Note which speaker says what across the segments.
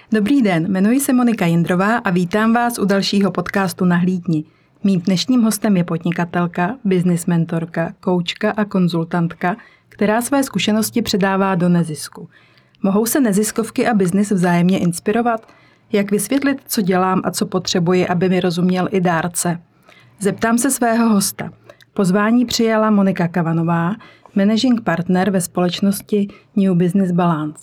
Speaker 1: Dobrý den, jmenuji se Monika Jindrová a vítám vás u dalšího podcastu Nahlídni. Mým dnešním hostem je podnikatelka, business mentorka, koučka a konzultantka, která své zkušenosti předává do nezisku. Mohou se neziskovky a biznis vzájemně inspirovat? Jak vysvětlit, co dělám a co potřebuji, aby mi rozuměl i dárce? Zeptám se svého hosta. Pozvání přijala Monika Kavanová, managing partner ve společnosti New Business Balance.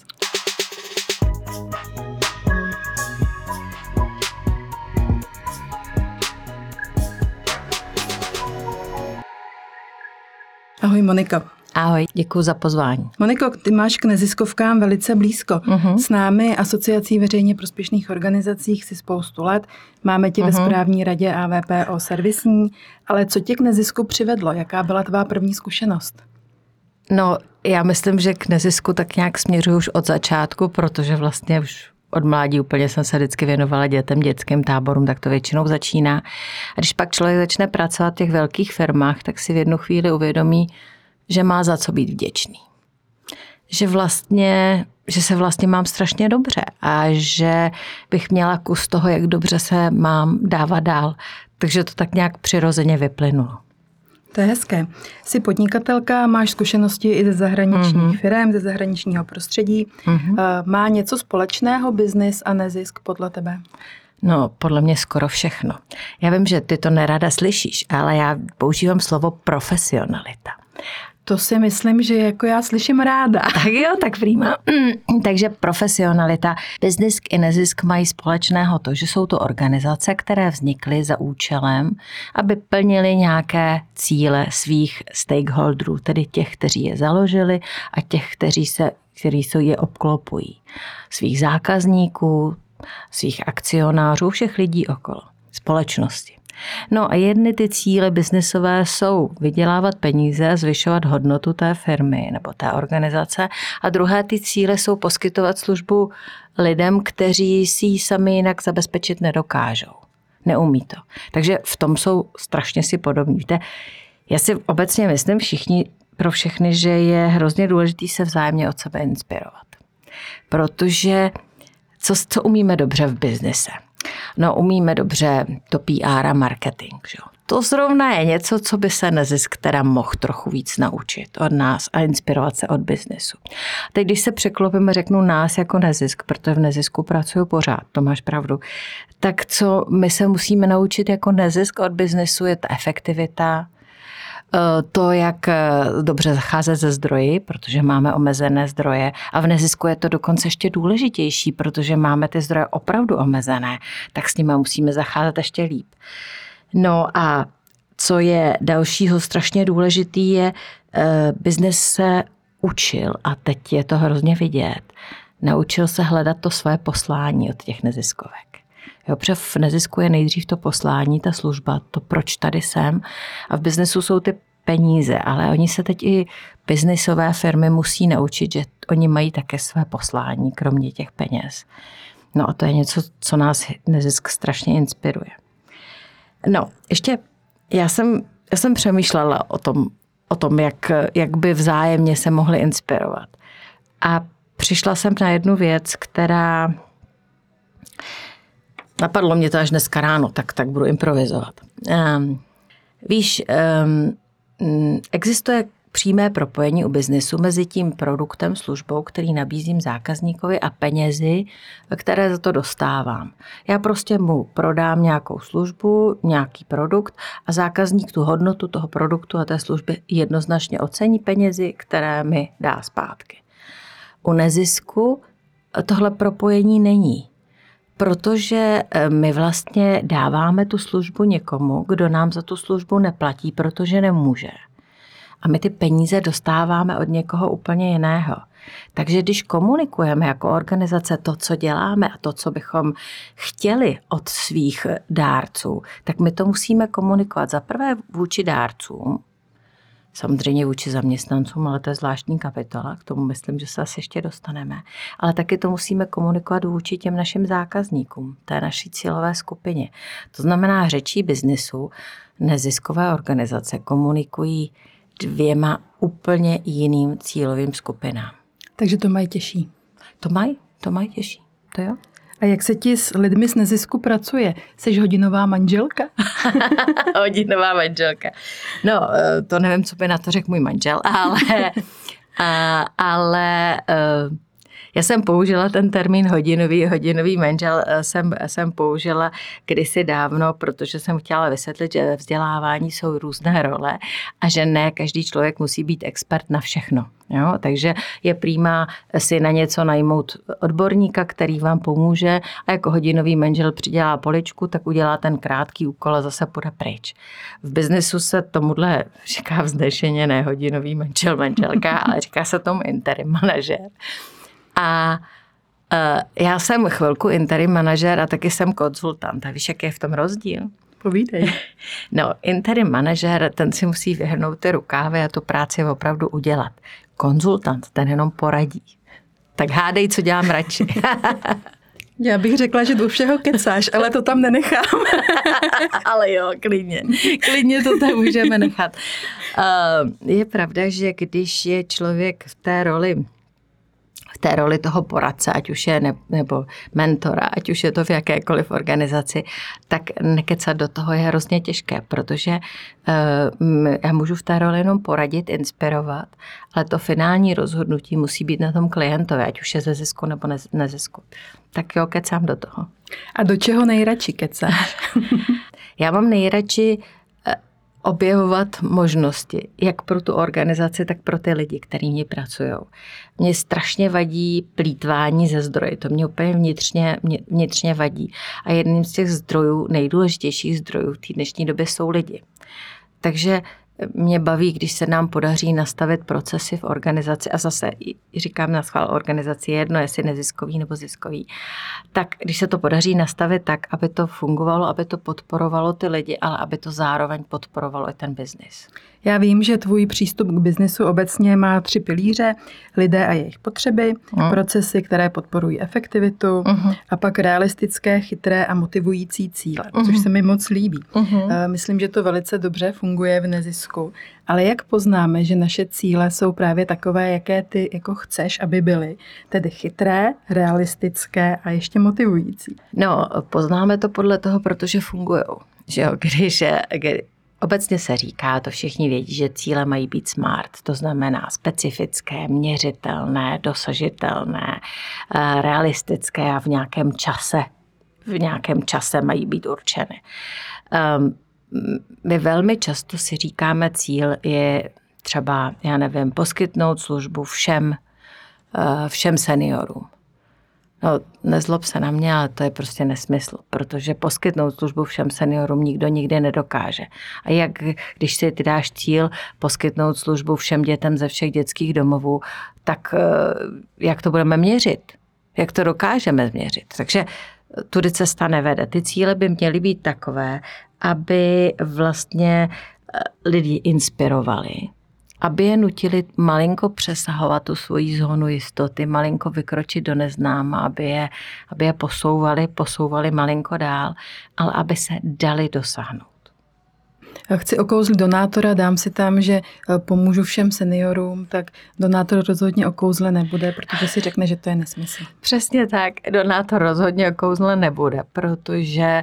Speaker 1: Ahoj Moniko.
Speaker 2: Ahoj, děkuji za pozvání.
Speaker 1: Moniko, ty máš k neziskovkám velice blízko. S námi Asociací veřejně prospěšných organizací si spoustu let. Máme tě ve správní radě AVPO servisní. Ale co tě k nezisku přivedlo? Jaká byla tvá první zkušenost?
Speaker 2: No, já myslím, že k nezisku tak nějak směřuji už od začátku, protože vlastně už od mládí úplně jsem se vždycky věnovala dětem, dětským táborům, tak to většinou začíná. A když pak člověk začne pracovat v těch velkých firmách, tak si v jednu chvíli uvědomí, že má za co být vděčný. Že se vlastně mám strašně dobře a že bych měla kus toho, jak dobře se mám dávat dál. Takže to tak nějak přirozeně vyplynulo.
Speaker 1: To je hezké. Jsi podnikatelka, máš zkušenosti i ze zahraničních firem, ze zahraničního prostředí. Má něco společného biznis a nezisk podle tebe?
Speaker 2: No, podle mě skoro všechno. Já vím, že ty to nerada slyšíš, ale já používám slovo profesionalita.
Speaker 1: To si myslím, že jako já slyším ráda.
Speaker 2: Tak jo, tak prýma. Takže profesionalita, biznis i nezisk mají společného to, že jsou to organizace, které vznikly za účelem, aby plnily nějaké cíle svých stakeholderů, tedy těch, kteří je založili a těch, kteří je obklopují. Svých zákazníků, svých akcionářů, všech lidí okolo společnosti. No a jedny ty cíle biznisové jsou vydělávat peníze, zvyšovat hodnotu té firmy nebo té organizace a druhé ty cíle jsou poskytovat službu lidem, kteří si ji sami jinak zabezpečit nedokážou. Neumí to. Takže v tom jsou strašně si podobní. Víte, já si obecně myslím pro všechny, že je hrozně důležité se vzájemně od sebe inspirovat. Protože co umíme dobře v biznise? No, umíme dobře to PR a marketing. Že? To zrovna je něco, co by se nezisk teda mohl trochu víc naučit od nás a inspirovat se od biznesu. Teď, když se překlopím a řeknu nás jako nezisk, protože v nezisku pracuju pořád, to máš pravdu, tak co my se musíme naučit jako nezisk od biznesu je ta efektivita, to, jak dobře zacházet ze zdroji, protože máme omezené zdroje a v nezisku je to dokonce ještě důležitější, protože máme ty zdroje opravdu omezené, tak s nimi musíme zacházet ještě líp. No a co je dalšího strašně důležitý je, biznes se učil a teď je to hrozně vidět. Naučil se hledat to své poslání od těch neziskovek. Jo, protože v nezisku je nejdřív to poslání, ta služba, to proč tady jsem a v biznesu jsou ty peníze, ale oni se teď i biznisové firmy musí naučit, že oni mají také své poslání, kromě těch peněz. No a to je něco, co nás nezisk strašně inspiruje. No, ještě já jsem přemýšlela o tom jak by vzájemně se mohli inspirovat. A přišla jsem na jednu věc, která napadlo mě to až dneska ráno, tak budu improvizovat. Víš, existuje přímé propojení u biznesu mezi tím produktem, službou, který nabízím zákazníkovi a penězi, které za to dostávám. Já prostě mu prodám nějakou službu, nějaký produkt a zákazník tu hodnotu toho produktu a té služby jednoznačně ocení penězi, které mi dá zpátky. U nezisku tohle propojení není. Protože my vlastně dáváme tu službu někomu, kdo nám za tu službu neplatí, protože nemůže. A my ty peníze dostáváme od někoho úplně jiného. Takže když komunikujeme jako organizace to, co děláme a to, co bychom chtěli od svých dárců, tak my to musíme komunikovat za prvé vůči dárcům, samozřejmě vůči zaměstnancům, ale to je zvláštní kapitola, k tomu myslím, že se asi ještě dostaneme. Ale taky to musíme komunikovat vůči těm našim zákazníkům, té naší cílové skupině. To znamená, řečí biznisu neziskové organizace komunikují dvěma úplně jiným cílovým skupinám.
Speaker 1: Takže to mají těžší.
Speaker 2: To mají těžší, to jo.
Speaker 1: A jak se ti s lidmi z nezisku pracuje? Jsi hodinová manželka?
Speaker 2: Hodinová manželka. No, to nevím, co by na to řekl můj manžel, ale já jsem použila ten termín hodinový manžel, jsem použila kdysi dávno, protože jsem chtěla vysvětlit, že ve vzdělávání jsou různé role a že ne každý člověk musí být expert na všechno. Jo? Takže je prima si na něco najmout odborníka, který vám pomůže a jako hodinový manžel přidělá poličku, tak udělá ten krátký úkol a zase půjde pryč. V biznesu se tomuhle říká vznešeně ne hodinový manžel, manželka, ale říká se tomu interim manažer. A já jsem chvilku interim manažer a taky jsem konzultant. A víš, jaký je v tom rozdíl?
Speaker 1: Povídej.
Speaker 2: No, interim manažer, ten si musí vyhrnout ty rukávy a tu práci opravdu udělat. Konzultant, ten jenom poradí. Tak hádej, co dělám radši.
Speaker 1: Já bych řekla, že do všeho kecáš, ale to tam nenechám.
Speaker 2: Ale jo, klidně to tam můžeme nechat. Je pravda, že když je člověk v té roli toho poradce, ať už je nebo mentora, ať už je to v jakékoliv organizaci, tak nekecat do toho je hrozně těžké, protože já můžu v té roli jenom poradit, inspirovat, ale to finální rozhodnutí musí být na tom klientovi, ať už je ze zisku nebo nezisku. Tak jo, kecám do toho.
Speaker 1: A do čeho nejradši kecáš?
Speaker 2: Já mám nejradši objevovat možnosti, jak pro tu organizaci, tak pro ty lidi, kteří v ní pracují. Mně strašně vadí plýtvání ze zdroji, to mě úplně vnitřně vadí. A jedním z těch zdrojů, nejdůležitějších zdrojů v té dnešní době jsou lidi. Takže mě baví, když se nám podaří nastavit procesy v organizaci, a zase říkám na schvál organizaci jedno, jestli neziskový nebo ziskový, tak když se to podaří nastavit tak, aby to fungovalo, aby to podporovalo ty lidi, ale aby to zároveň podporovalo i ten biznis.
Speaker 1: Já vím, že tvůj přístup k biznisu obecně má 3 pilíře. Lidé a jejich potřeby, procesy, které podporují efektivitu a pak realistické, chytré a motivující cíle, což se mi moc líbí. Myslím, že to velice dobře funguje v nezisku. Ale jak poznáme, že naše cíle jsou právě takové, jaké ty jako chceš, aby byly? Tedy chytré, realistické a ještě motivující.
Speaker 2: No, poznáme to podle toho, protože fungujou. Že jo, obecně se říká, to všichni vědí, že cíle mají být smart, to znamená specifické, měřitelné, dosažitelné, realistické a v nějakém čase mají být určeny. My velmi často si říkáme, cíl je třeba, poskytnout službu všem seniorům. No, nezlob se na mě, ale to je prostě nesmysl, protože poskytnout službu všem seniorům nikdo nikdy nedokáže. A jak když si ty dáš cíl poskytnout službu všem dětem ze všech dětských domovů, tak jak to budeme měřit? Jak to dokážeme změřit? Takže tudy cesta nevede. Ty cíle by měly být takové, aby vlastně lidi inspirovali, aby je nutili malinko přesahovat tu svoji zónu jistoty, malinko vykročit do neznáma, aby je posouvali malinko dál, ale aby se dali dosáhnout.
Speaker 1: Chci okouzlit donátora, dám si tam, že pomůžu všem seniorům, tak donátor rozhodně okouzle nebude, protože si řekne, že to je nesmysl.
Speaker 2: Přesně tak, donátor rozhodně okouzle nebude, protože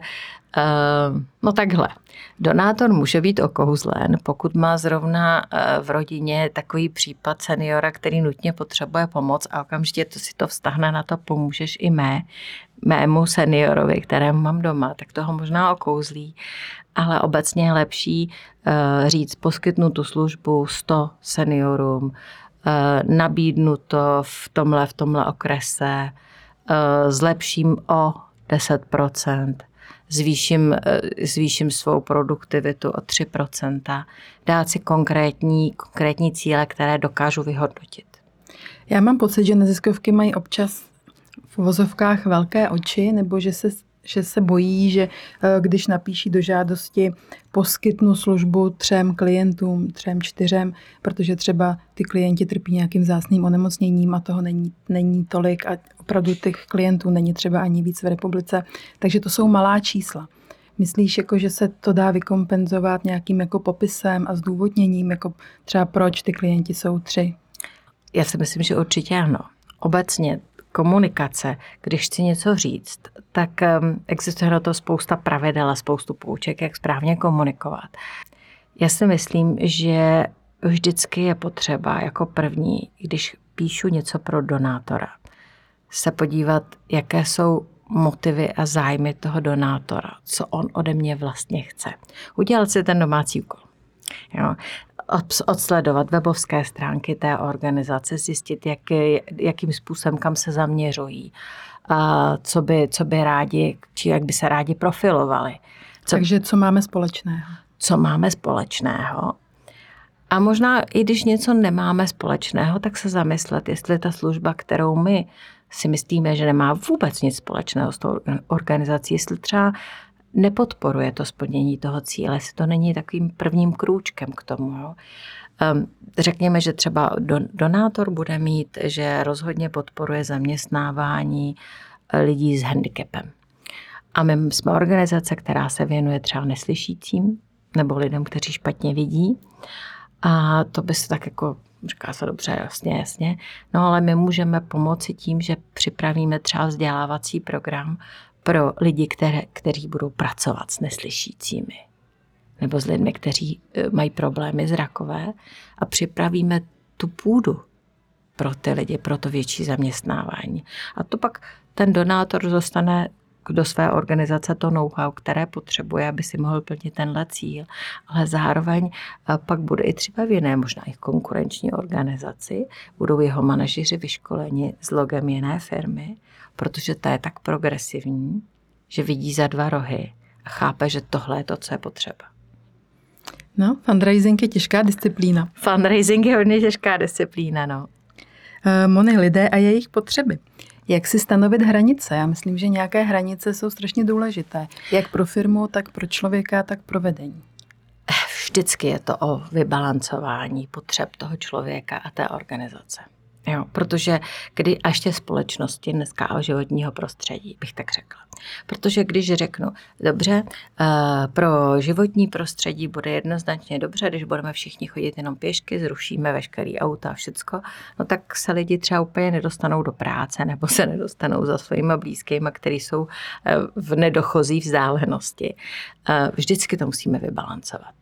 Speaker 2: no takhle. Donátor může být okouzlen, pokud má zrovna v rodině takový případ seniora, který nutně potřebuje pomoc a okamžitě si to vztahne na to, pomůžeš i mému seniorovi, kterému mám doma, tak toho možná okouzlí, ale obecně je lepší říct, poskytnu tu službu 100 seniorům, nabídnu to v tomhle okrese, zlepším o 10%, zvýším svou produktivitu o 3%, dát si konkrétní cíle, které dokážu vyhodnotit.
Speaker 1: Já mám pocit, že neziskovky mají občas v uvozovkách velké oči, nebo že se bojí, že když napíší do žádosti poskytnu službu 3 klientům, 3, 4, protože třeba ty klienti trpí nějakým vzácným onemocněním a toho není tolik a opravdu těch klientů není třeba ani víc v republice, takže to jsou malá čísla. Myslíš, jako, že se to dá vykompenzovat nějakým jako popisem a zdůvodněním, jako třeba proč ty klienti jsou 3?
Speaker 2: Já si myslím, že určitě ano. Obecně komunikace, když chci něco říct, tak existuje na to spousta pravidel a spoustu pouček, jak správně komunikovat. Já si myslím, že vždycky je potřeba jako první, když píšu něco pro donátora, se podívat, jaké jsou motivy a zájmy toho donátora, co on ode mě vlastně chce. Udělat si ten domácí úkol. Jo. Odsledovat webovské stránky té organizace, zjistit, jakým způsobem, kam se zaměřují, co by rádi, či jak by se rádi profilovali.
Speaker 1: Takže co máme společného?
Speaker 2: Co máme společného. A možná i když něco nemáme společného, tak se zamyslet, jestli ta služba, kterou my si myslíme, že nemá vůbec nic společného s tou organizací, jestli třeba nepodporuje to splnění toho cíle, jestli to není takovým prvním krůčkem k tomu. Jo. Řekněme, že třeba donátor bude mít, že rozhodně podporuje zaměstnávání lidí s handicapem. A my jsme organizace, která se věnuje třeba neslyšícím nebo lidem, kteří špatně vidí. A to by se tak jako říká se dobře, jasně. No ale my můžeme pomoci tím, že připravíme třeba vzdělávací program pro lidi, kteří budou pracovat s neslyšícími. Nebo s lidmi, kteří mají problémy zrakové a připravíme tu půdu pro ty lidi, pro to větší zaměstnávání. A to pak ten donátor dostane do své organizace to know-how, které potřebuje, aby si mohl plnit tenhle cíl, ale zároveň pak bude i třeba v jiné, možná i konkurenční organizaci, budou jeho manažeři vyškoleni s logem jiné firmy, protože ta je tak progresivní, že vidí za dva rohy a chápe, že tohle je to, co je potřeba.
Speaker 1: No, fundraising je těžká disciplína.
Speaker 2: Fundraising je hodně těžká disciplína, no.
Speaker 1: Moni, lidé a jejich potřeby. Jak si stanovit hranice? Já myslím, že nějaké hranice jsou strašně důležité. Jak pro firmu, tak pro člověka, tak pro vedení.
Speaker 2: Vždycky je to o vybalancování potřeb toho člověka a té organizace. Jo, protože a ještě společnosti dneska a životního prostředí, bych tak řekla. Protože když řeknu, dobře, pro životní prostředí bude jednoznačně dobře, když budeme všichni chodit jenom pěšky, zrušíme veškerý auta a všecko, no tak se lidi třeba úplně nedostanou do práce nebo se nedostanou za svými blízkými, kteří jsou v nedochozí vzdálenosti. Vždycky to musíme vybalancovat.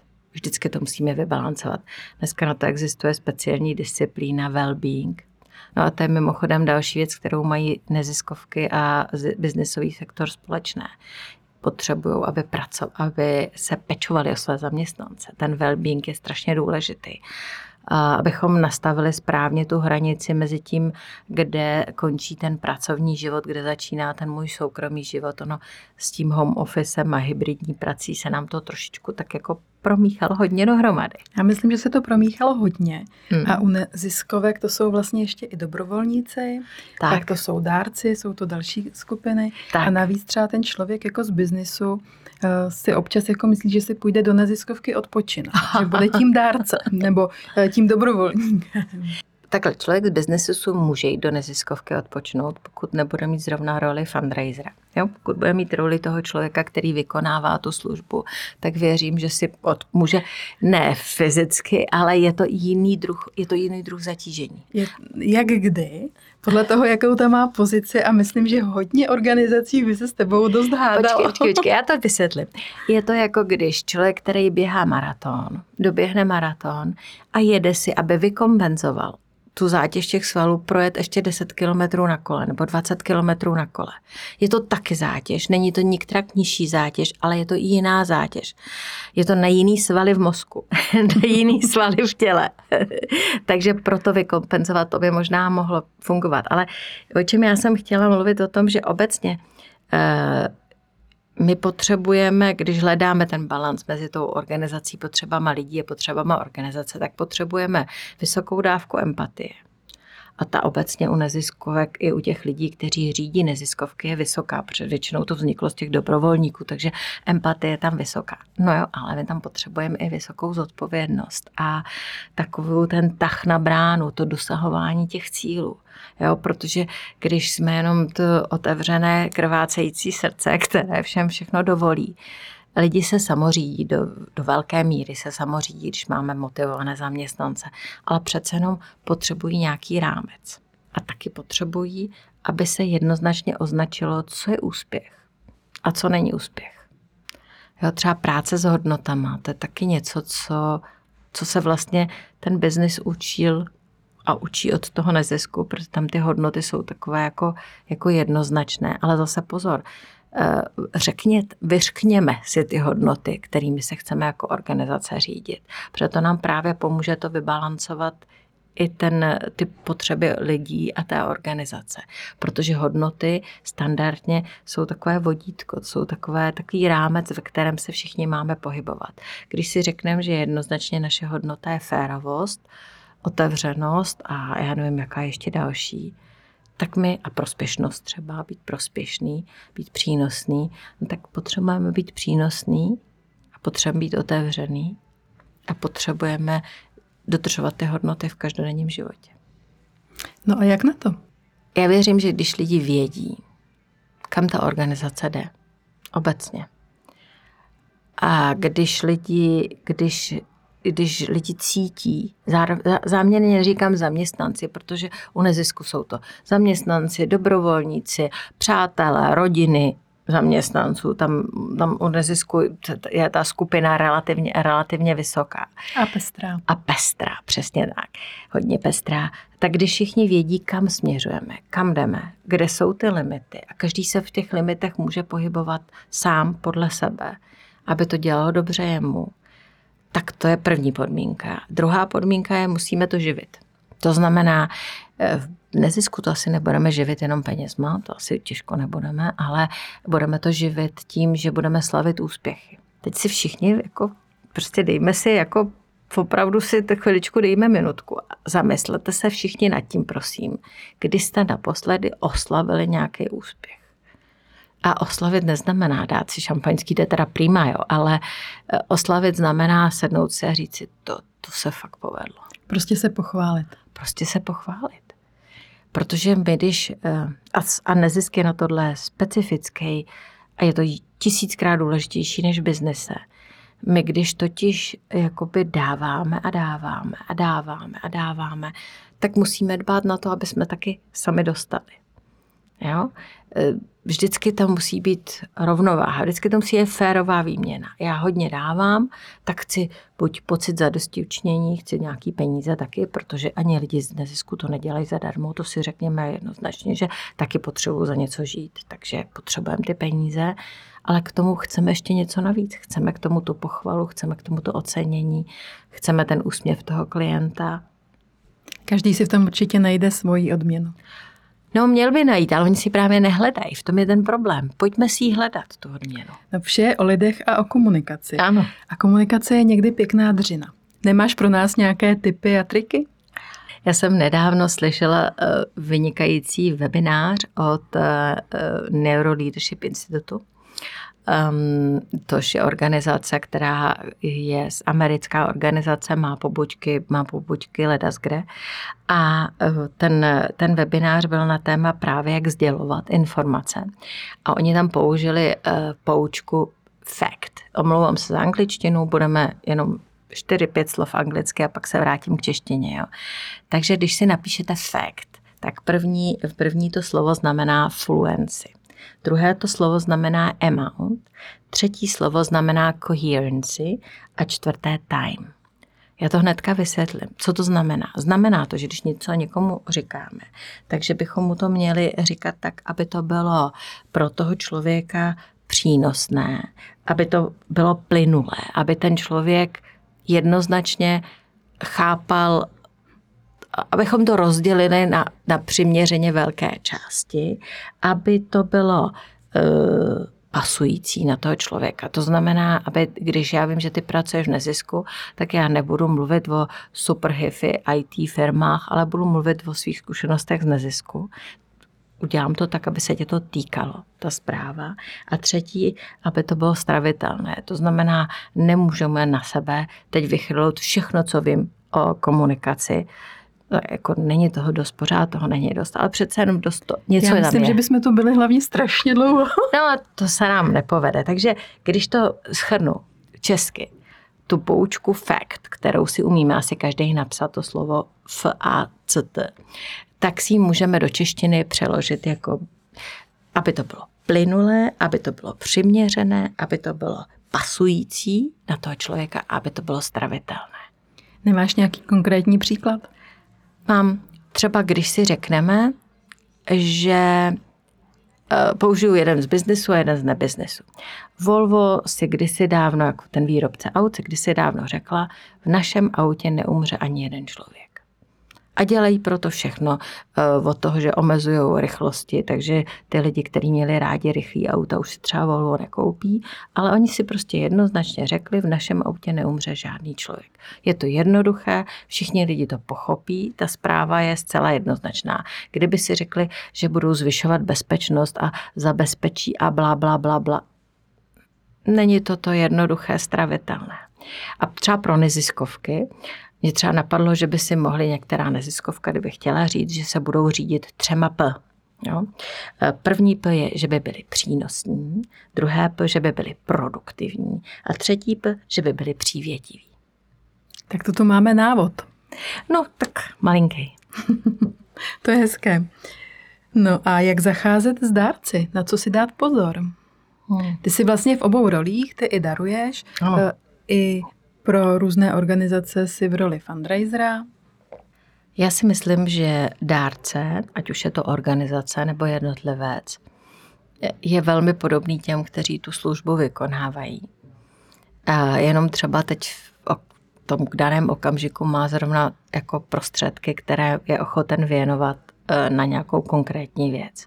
Speaker 2: Dneska na to existuje speciální disciplína well-being. No a to je mimochodem další věc, kterou mají neziskovky a biznesový sektor společné. Potřebují, aby se pečovali o své zaměstnance. Ten well-being je strašně důležitý. Abychom nastavili správně tu hranici mezi tím, kde končí ten pracovní život, kde začíná ten můj soukromý život. Ono s tím home officem a hybridní prací se nám to trošičku tak jako promíchalo hodně dohromady.
Speaker 1: Já myslím, že se to promíchalo hodně. A u neziskovek to jsou vlastně ještě i dobrovolníci, tak to jsou dárci, jsou to další skupiny. Tak. A navíc třeba ten člověk jako z biznisu si občas jako myslí, že si půjde do neziskovky odpočinout, že bude tím dárcem nebo tím dobrovolníkem.
Speaker 2: Takhle člověk z biznesu může jít do neziskovky odpočnout, pokud nebude mít zrovna roli fundraisera. Jo? Pokud bude mít roli toho člověka, který vykonává tu službu, tak věřím, že si může, ne fyzicky, ale je to jiný druh zatížení.
Speaker 1: Jak kdy? Podle toho, jakou tam má pozici a myslím, že hodně organizací by se s tebou dost hádalo.
Speaker 2: Počkej, já to vysvětlím. Je to jako když člověk, který běhá maraton, doběhne maraton a jede si, aby vykompenzoval tu zátěž těch svalů, projet ještě 10 kilometrů na kole nebo 20 kilometrů na kole. Je to taky zátěž, není to nikterak nižší zátěž, ale je to i jiná zátěž. Je to na jiný svaly v mozku, na jiný svaly v těle. Takže proto vykompenzovat to by možná mohlo fungovat. Ale o čem já jsem chtěla mluvit o tom, že obecně my potřebujeme, když hledáme ten balans mezi tou organizací potřebama lidí a potřebama organizace, tak potřebujeme vysokou dávku empatie. A ta obecně u neziskovek i u těch lidí, kteří řídí neziskovky, je vysoká, protože většinou to vzniklo z těch dobrovolníků, takže empatie je tam vysoká. No jo, ale my tam potřebujeme i vysokou zodpovědnost a takovou ten tah na bránu, to dosahování těch cílů. Jo, protože když jsme jenom to otevřené krvácející srdce, které všem všechno dovolí, lidi se samořídí, do velké míry se samořídí, když máme motivované zaměstnance, ale přece jenom potřebují nějaký rámec. a taky potřebují, aby se jednoznačně označilo, co je úspěch a co není úspěch. Jo, třeba práce s hodnotama, to je taky něco, co se vlastně ten biznis učil a učí od toho nezisku, protože tam ty hodnoty jsou takové jako jednoznačné. Ale zase pozor, vyřkněme si ty hodnoty, kterými se chceme jako organizace řídit. Protože to nám právě pomůže to vybalancovat i ty potřeby lidí a té organizace. Protože hodnoty standardně jsou takové vodítko, jsou takový rámec, ve kterém se všichni máme pohybovat. Když si řekneme, že jednoznačně naše hodnota je férovost, otevřenost a já nevím, jaká je ještě další, tak a prospěšnost třeba, být prospěšný, být přínosný, no tak potřebujeme být přínosný a potřebujeme být otevřený a potřebujeme dodržovat ty hodnoty v každodenním životě.
Speaker 1: No a jak na to?
Speaker 2: Já věřím, že když lidi vědí, kam ta organizace jde, obecně, a když lidi cítí, záměrně neříkám zaměstnanci, protože u nezisku jsou to zaměstnanci, dobrovolníci, přátelé, rodiny zaměstnanců, tam u nezisku je ta skupina relativně vysoká. A pestrá, přesně tak. Hodně pestrá. Tak když všichni vědí, kam směřujeme, kam jdeme, kde jsou ty limity a každý se v těch limitech může pohybovat sám podle sebe, aby to dělalo dobře jemu, tak to je první podmínka. Druhá podmínka je, musíme to živit. To znamená, v nezisku to asi nebudeme živit jenom penězma, to asi těžko nebudeme, ale budeme to živit tím, že budeme slavit úspěchy. Teď si všichni, prostě dejme si, opravdu si chviličku dejme minutku a zamyslete se všichni nad tím, prosím, kdy jste naposledy oslavili nějaký úspěch. A oslavit neznamená dát si šampaňský, to je teda prima, jo, ale oslavit znamená sednout si a říct si, to se fakt povedlo.
Speaker 1: Prostě se pochválit.
Speaker 2: Protože my, a nezisk je na tohle specifický a je to 1000krát důležitější než v biznise. My když totiž jakoby dáváme, tak musíme dbát na to, aby jsme taky sami dostali. Jo? Vždycky tam musí být rovnováha, vždycky tam musí být férová výměna. Já hodně dávám, tak chci buď pocit zadostiučinění, chci nějaký peníze taky, protože ani lidi z nezisku to nedělají zadarmo, to si řekněme jednoznačně, že taky potřebuji za něco žít, takže potřebujeme ty peníze, ale k tomu chceme ještě něco navíc. Chceme k tomu tu pochvalu, chceme k tomu to ocenění, chceme ten úsměv toho klienta.
Speaker 1: Každý si v tom určitě najde svoji odměnu.
Speaker 2: No, měl by najít, ale oni si právě nehledají. V tom je ten problém. Pojďme si ji hledat, tu odměnu.
Speaker 1: No, vše je o lidech a o komunikaci.
Speaker 2: Ano.
Speaker 1: A komunikace je někdy pěkná dřina. Nemáš pro nás nějaké tipy a triky?
Speaker 2: Já jsem nedávno slyšela vynikající webinář od Neuroleadership Institutu. Tož je organizace, která je americká organizace, má pobočky ledaskde. A ten webinář byl na téma právě, jak sdělovat informace. A oni tam použili poučku fact. Omlouvám se za angličtinu, budeme jenom 4-5 slov anglicky a pak se vrátím k češtině. Jo. Takže když si napíšete fact, tak první to slovo znamená fluency. Druhé to slovo znamená amount, třetí slovo znamená coherency a čtvrté time. Já to hnedka vysvětlím. Co to znamená? Znamená to, že když něco někomu říkáme, takže bychom mu to měli říkat tak, aby to bylo pro toho člověka přínosné, aby to bylo plynulé, aby ten člověk jednoznačně chápal, abychom to rozdělili na přiměřeně velké části, aby to bylo pasující na toho člověka. To znamená, aby když já vím, že ty pracuješ v nezisku, tak já nebudu mluvit o super hifi IT firmách, ale budu mluvit o svých zkušenostech z nezisku. Udělám to tak, aby se tě to týkalo, ta zpráva. A třetí, aby to bylo stravitelné. To znamená, nemůžeme na sebe teď vychrlout všechno, co vím o komunikaci. Jako není toho dost, pořád toho není dost, ale přece jenom dost něco
Speaker 1: Já myslím,
Speaker 2: tam je.
Speaker 1: že bychom tu byli hlavně strašně dlouho.
Speaker 2: No, to se nám nepovede. Takže když to shrnu česky, tu poučku fact, kterou si umíme asi každý napsat, to slovo FACT, tak si ji můžeme do češtiny přeložit jako, aby to bylo plynulé, aby to bylo přiměřené, aby to bylo pasující na toho člověka, aby to bylo stravitelné.
Speaker 1: Nemáš nějaký konkrétní příklad?
Speaker 2: Mám třeba, když si řekneme, že použiju jeden z biznesu a jeden z nebiznesu. Volvo si kdysi dávno, jako ten výrobce aut, si kdysi dávno řekla, v našem autě neumře ani jeden člověk. A dělají proto všechno od toho, že omezují rychlosti, takže ty lidi, kteří měli rádi rychlý auta, už si třeba Volvo nekoupí, ale oni si prostě jednoznačně řekli, v našem autě neumře žádný člověk. Je to jednoduché, všichni lidi to pochopí, ta zpráva je zcela jednoznačná. Kdyby si řekli, že budou zvyšovat bezpečnost a zabezpečí a blá, blá, blá, blá, není to jednoduché, stravitelné. A třeba pro neziskovky, mě třeba napadlo, že by si mohli některá neziskovka, kdyby chtěla říct, že se budou řídit 3 P. Jo? První P je, že by byly přínosní, druhé P, že by byly produktivní a třetí P, že by byly přívětiví.
Speaker 1: Tak to tu máme návod.
Speaker 2: No, tak malinký.
Speaker 1: To je hezké. No a jak zacházet s dárci? Na co si dát pozor? Ty si vlastně v obou rolích, ty i daruješ, i pro různé organizace si v roli fundraisera.
Speaker 2: Já si myslím, že dárce, ať už je to organizace nebo jednotlivec, je velmi podobný těm, kteří tu službu vykonávají. A jenom třeba teď v tom daném okamžiku má zrovna jako prostředky, které je ochoten věnovat na nějakou konkrétní věc.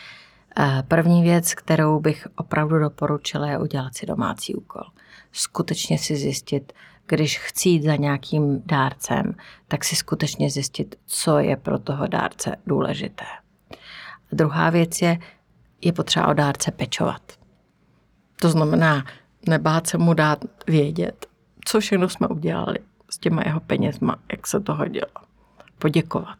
Speaker 2: První věc, kterou bych opravdu doporučila, je udělat si domácí úkol. Skutečně si zjistit, když chci jít za nějakým dárcem, tak si skutečně zjistit, co je pro toho dárce důležité. A druhá věc je potřeba o dárce pečovat. To znamená, nebát se mu dát vědět, co všechno jsme udělali s těma jeho penězma, jak se to hodilo. Poděkovat.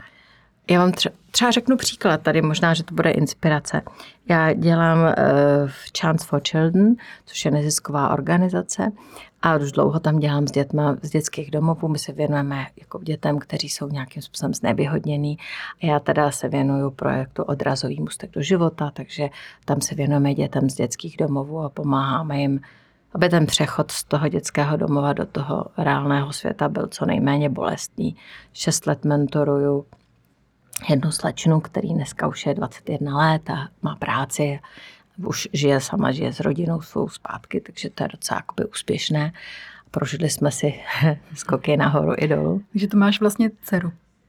Speaker 2: Já vám třeba řeknu příklad tady, možná, že to bude inspirace. Já dělám v Chance for Children, což je nezisková organizace a už dlouho tam dělám s dětma z dětských domovů. My se věnujeme jako dětem, kteří jsou nějakým způsobem znevýhodněný. A já teda se věnuju projektu Odrazový můstek do života, takže tam se věnujeme dětem z dětských domovů a pomáháme jim, aby ten přechod z toho dětského domova do toho reálného světa byl co nejméně bolestný. 6 let mentoruju jednu slečnu, který dneska už je 21 let a má práci, už žije s rodinou svou zpátky, takže to je docela jakoby úspěšné. Prožili jsme si skoky nahoru i dolů.
Speaker 1: Takže to máš vlastně dceru.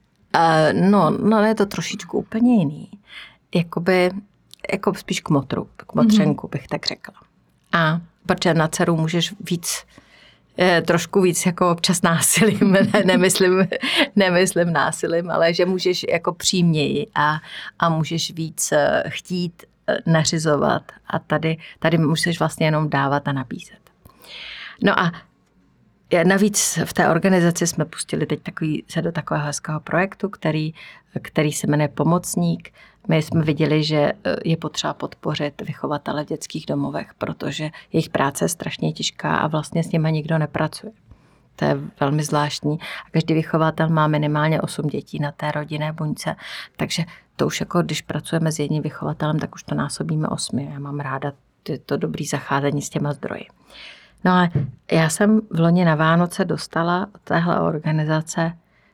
Speaker 2: No, je to trošičku úplně jiný. Jako spíš k motřenku bych tak řekla. A protože na dceru můžeš trošku víc jako občas násilím, nemyslím násilím, ale že můžeš jako příměji a můžeš víc chtít nařizovat a tady můžeš vlastně jenom dávat a nabízet. No a navíc v té organizaci jsme pustili teď do takového hezkého projektu, který se jmenuje Pomocník. My jsme viděli, že je potřeba podpořit vychovatele v dětských domovech, protože jejich práce je strašně těžká a vlastně s nimi nikdo nepracuje. To je velmi zvláštní. A každý vychovatel má minimálně 8 dětí na té rodinné buňce, takže to už jako když pracujeme s jedním vychovatelem, tak už to násobíme 8. Já mám ráda to dobrý zacházení s těma zdroji. No ale já jsem v loni na Vánoce dostala od téhle organizace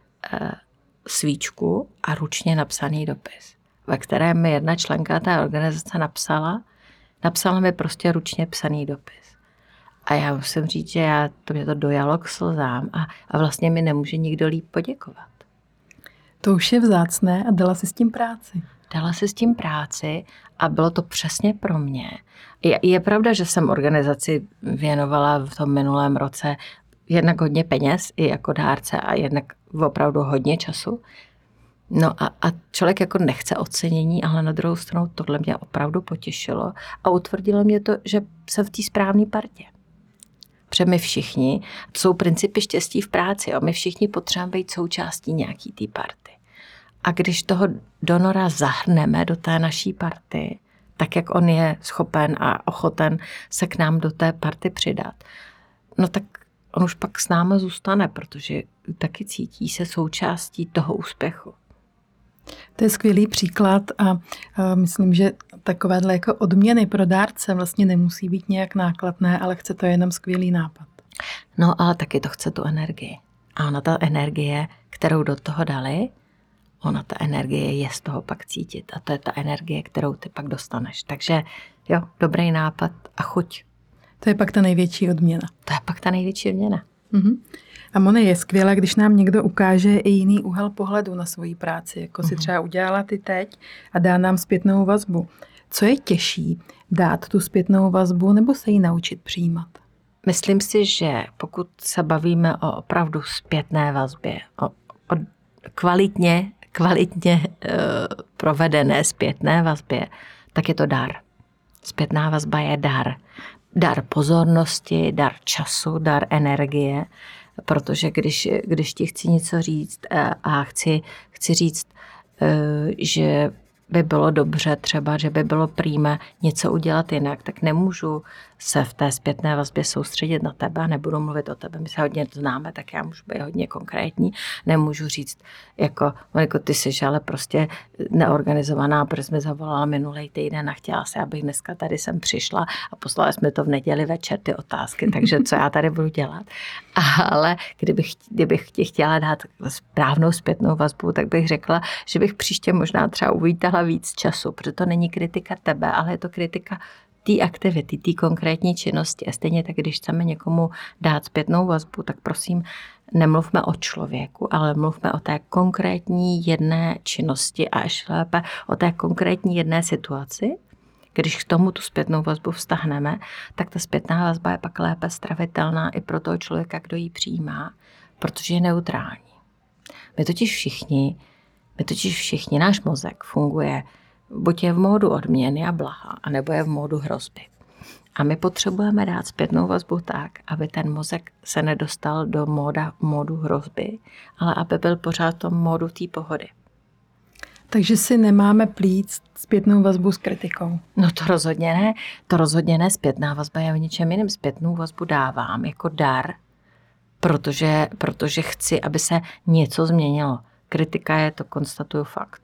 Speaker 2: svíčku a ručně napsaný dopis, ve kterém mi jedna členka té organizace napsala mi prostě ručně psaný dopis. A já musím říct, že mě to dojalo k slzám a vlastně mi nemůže nikdo líp poděkovat.
Speaker 1: To už je vzácné a dala si s tím práci.
Speaker 2: Dala si s tím práci a bylo to přesně pro mě. Je pravda, že jsem organizaci věnovala v tom minulém roce jednak hodně peněz i jako dárce a jednak opravdu hodně času. No a člověk jako nechce ocenění, ale na druhou stranu tohle mě opravdu potěšilo a utvrdilo mě to, že jsem v té správné partě. Protože my všichni, to jsou principy štěstí v práci, my všichni potřebujeme být součástí nějaký té party. A když toho donora zahrneme do té naší party, tak jak on je schopen a ochoten se k nám do té party přidat, no tak on už pak s námi zůstane, protože taky cítí se součástí toho úspěchu.
Speaker 1: To je skvělý příklad a myslím, že takovéhle jako odměny pro dárce vlastně nemusí být nějak nákladné, ale chce to jenom skvělý nápad.
Speaker 2: No, ale taky to chce tu energii. A ona ta energie, kterou do toho dali, ona ta energie je z toho pak cítit. A to je ta energie, kterou ty pak dostaneš. Takže jo, dobrý nápad a chuť.
Speaker 1: To je pak ta největší odměna.
Speaker 2: To je pak ta největší odměna.
Speaker 1: A Moni, je skvělé, když nám někdo ukáže i jiný úhel pohledu na svoji práci, jako si třeba udělala ty teď a dá nám zpětnou vazbu. Co je těžší, dát tu zpětnou vazbu nebo se ji naučit přijímat?
Speaker 2: Myslím si, že pokud se bavíme o opravdu zpětné vazbě, o kvalitně provedené zpětné vazbě, tak je to dar. Zpětná vazba je dar. Dar pozornosti, dar času, dar energie, protože když ti chci něco říct a chci říct, že by bylo dobře třeba, že by bylo prýma něco udělat jinak, tak nemůžu se v té zpětné vazbě soustředit na tebe a nebudu mluvit o tebe. My se hodně známe, tak já můžu být hodně konkrétní. Nemůžu říct, jako ty jsi ale prostě neorganizovaná, protože jsi mi zavolala minulý týden a chtěla se, abych dneska tady sem přišla a poslala jsme to v neděli večer ty otázky, takže co já tady budu dělat. Ale kdybych ti chtěla dát správnou zpětnou vazbu, tak bych řekla, že bych příště možná třeba uvítala víc času, protože to není kritika tebe, ale je to kritika té aktivity, té konkrétní činnosti. A stejně tak, když chceme někomu dát zpětnou vazbu, tak prosím, nemluvme o člověku, ale mluvme o té konkrétní jedné činnosti a ještě lépe o té konkrétní jedné situaci. Když k tomu tu zpětnou vazbu vztahneme, tak ta zpětná vazba je pak lépe stravitelná i pro toho člověka, kdo ji přijímá, protože je neutrální. My totiž všichni, náš mozek funguje, buď je v módu odměny a blaha, anebo je v módu hrozby. A my potřebujeme dát zpětnou vazbu tak, aby ten mozek se nedostal do módu hrozby, ale aby byl pořád v tom módu té pohody.
Speaker 1: Takže si nemáme plít zpětnou vazbu s kritikou.
Speaker 2: No to rozhodně ne. Zpětná vazba je o ničem jiném. Zpětnou vazbu dávám jako dar, protože chci, aby se něco změnilo. Kritika je to, konstatuju fakt.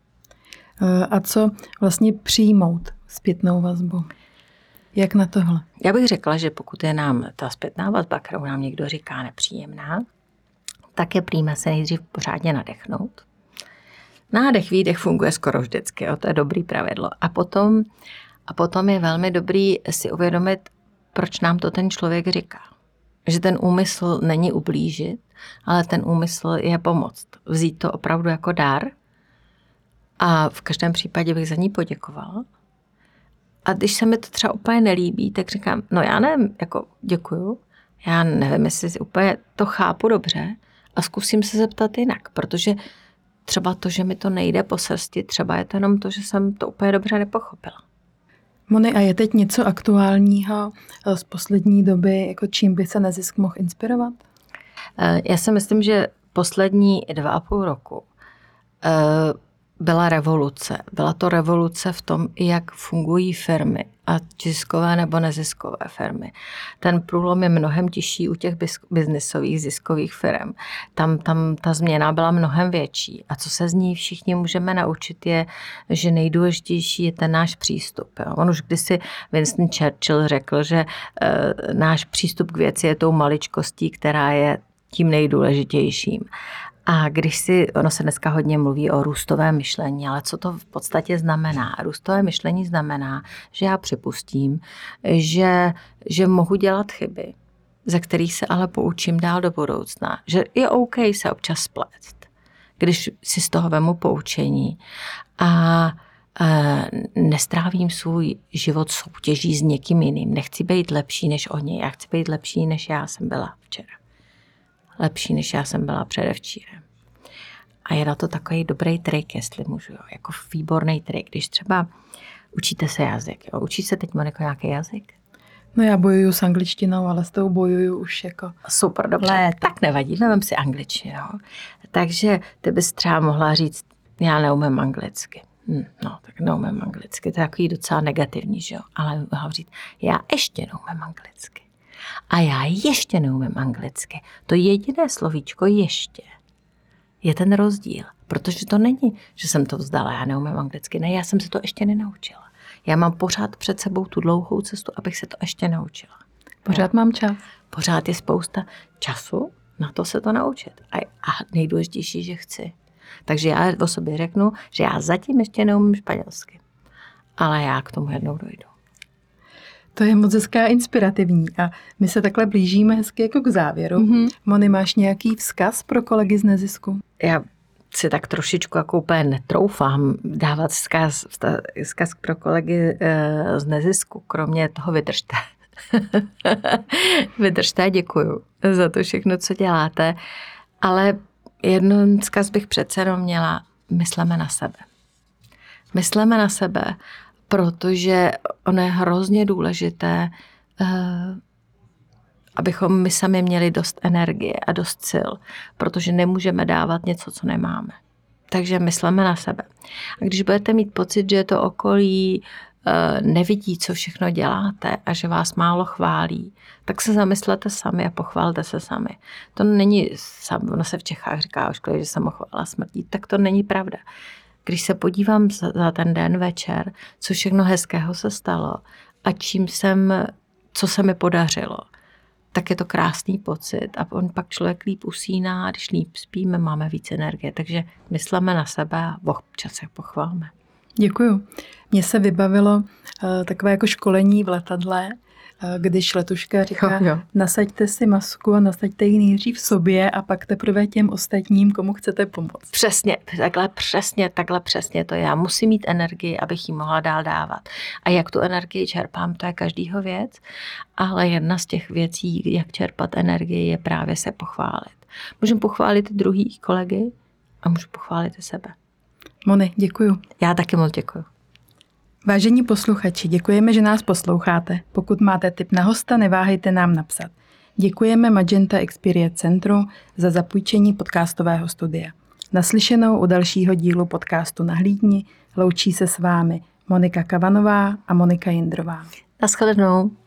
Speaker 1: A co vlastně přijmout zpětnou vazbu? Jak na tohle?
Speaker 2: Já bych řekla, že pokud je nám ta zpětná vazba, kterou nám někdo říká, nepříjemná, tak je prýma se nejdřív pořádně nadechnout. Nádech, výdech funguje skoro vždycky, to je dobrý pravidlo. A potom je velmi dobrý si uvědomit, proč nám to ten člověk říká. Že ten úmysl není ublížit, ale ten úmysl je pomoct. Vzít to opravdu jako dar a v každém případě bych za ní poděkovala. A když se mi to třeba úplně nelíbí, tak říkám, no já nevím, jako děkuju, já nevím, jestli si úplně to chápu dobře a zkusím se zeptat jinak, protože třeba to, že mi to nejde po srsti, třeba je to jenom to, že jsem to úplně dobře nepochopila.
Speaker 1: Moni, a je teď něco aktuálního z poslední doby, jako čím by se nezisk mohl inspirovat?
Speaker 2: Já si myslím, že poslední 2,5 roku byla revoluce. Byla to revoluce v tom, jak fungují firmy, ať ziskové nebo neziskové firmy. Ten průlom je mnohem těžší u těch biznisových ziskových firm. Tam ta změna byla mnohem větší. A co se z ní všichni můžeme naučit je, že nejdůležitější je ten náš přístup. Jo. On už kdysi Winston Churchill řekl, že náš přístup k věci je tou maličkostí, která je tím nejdůležitějším. A ono se dneska hodně mluví o růstovém myšlení, ale co to v podstatě znamená? Růstové myšlení znamená, že já připustím, že mohu dělat chyby, ze kterých se ale poučím dál do budoucna. Že je OK se občas splést, když si z toho vemu poučení a nestrávím svůj život soutěží s někým jiným. Nechci být lepší než oni, já chci být lepší, než já jsem byla včera. Lepší, než já jsem byla předevčírem. A je na to takový dobrý trik, jestli můžu, jako výborný trik. Když třeba učíte se jazyk. Jo. Učí se teď, Moniko, nějaký jazyk?
Speaker 1: No já bojuju s angličtinou, ale s tou bojuju už jako
Speaker 2: super, dobře. Léta. Tak nevadí, vem si angličtinu. Takže ty bys třeba mohla říct, já neumím anglicky. No, tak neumím anglicky. To je takový docela negativní, že jo? Ale mohla říct, já ještě neumím anglicky. A já ještě neumím anglicky. To jediné slovíčko ještě je ten rozdíl. Protože to není, že jsem to vzdala, já neumím anglicky. Ne, já jsem se to ještě nenaučila. Já mám pořád před sebou tu dlouhou cestu, abych se to ještě naučila.
Speaker 1: Pořád mám čas.
Speaker 2: Pořád je spousta času na to se to naučit. A nejdůležitější, že chci. Takže já o sobě řeknu, že já zatím ještě neumím španělsky. Ale já k tomu jednou dojdu.
Speaker 1: To je moc hezká a inspirativní a my se takhle blížíme hezky jako k závěru. Moni, máš nějaký vzkaz pro kolegy z nezisku?
Speaker 2: Já si tak trošičku jako úplně netroufám dávat vzkaz pro kolegy z nezisku, kromě toho vydržte. Vydržte, děkuju za to všechno, co děláte, ale jeden vzkaz bych přece jenom měla, mysleme na sebe. Mysleme na sebe, protože ono je hrozně důležité, abychom my sami měli dost energie a dost sil, protože nemůžeme dávat něco, co nemáme. Takže mysleme na sebe. A když budete mít pocit, že to okolí nevidí, co všechno děláte a že vás málo chválí, tak se zamyslete sami a pochválte se sami. To není, ono se v Čechách říká o škole, že samochvála smrtí, tak to není pravda. Když se podívám za ten den večer, co všechno hezkého se stalo a co se mi podařilo, tak je to krásný pocit a on pak člověk líp usíná a když líp spíme, máme víc energie. Takže myslíme na sebe a občas se pochválme.
Speaker 1: Děkuju. Mně se vybavilo takové jako školení v letadle, když letuška říká, nasaďte si masku a nasaďte ji nejdřív sobě a pak teprve těm ostatním, komu chcete pomoct.
Speaker 2: Přesně, takhle přesně to je. Já musím mít energii, abych ji mohla dál dávat. A jak tu energii čerpám, to je každýho věc, ale jedna z těch věcí, jak čerpat energii, je právě se pochválit. Můžu pochválit druhý kolegy a můžu pochválit i sebe.
Speaker 1: Moni, děkuju.
Speaker 2: Já taky moc děkuju.
Speaker 1: Vážení posluchači, děkujeme, že nás posloucháte. Pokud máte tip na hosta, neváhejte nám napsat. Děkujeme Magenta Experience Centru za zapůjčení podcastového studia. Naslyšenou u dalšího dílu podcastu Nahlídni loučí se s vámi Monika Kavanová a Monika Jindrová.
Speaker 2: Naschledanou.